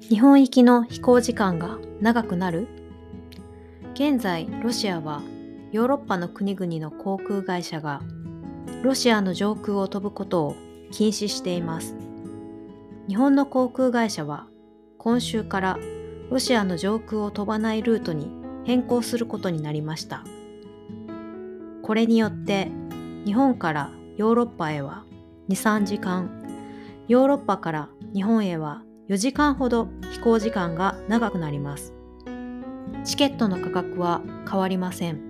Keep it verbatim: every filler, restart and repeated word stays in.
日本行きの飛行時間が長くなる？現在、ロシアはヨーロッパの国々の航空会社がロシアの上空を飛ぶことを禁止しています。日本の航空会社は今週からロシアの上空を飛ばないルートに変更することになりました。これによって日本からヨーロッパへはに、さんじかん、ヨーロッパから日本へはよじかんほど飛行時間が長くなります。チケットの価格は変わりません。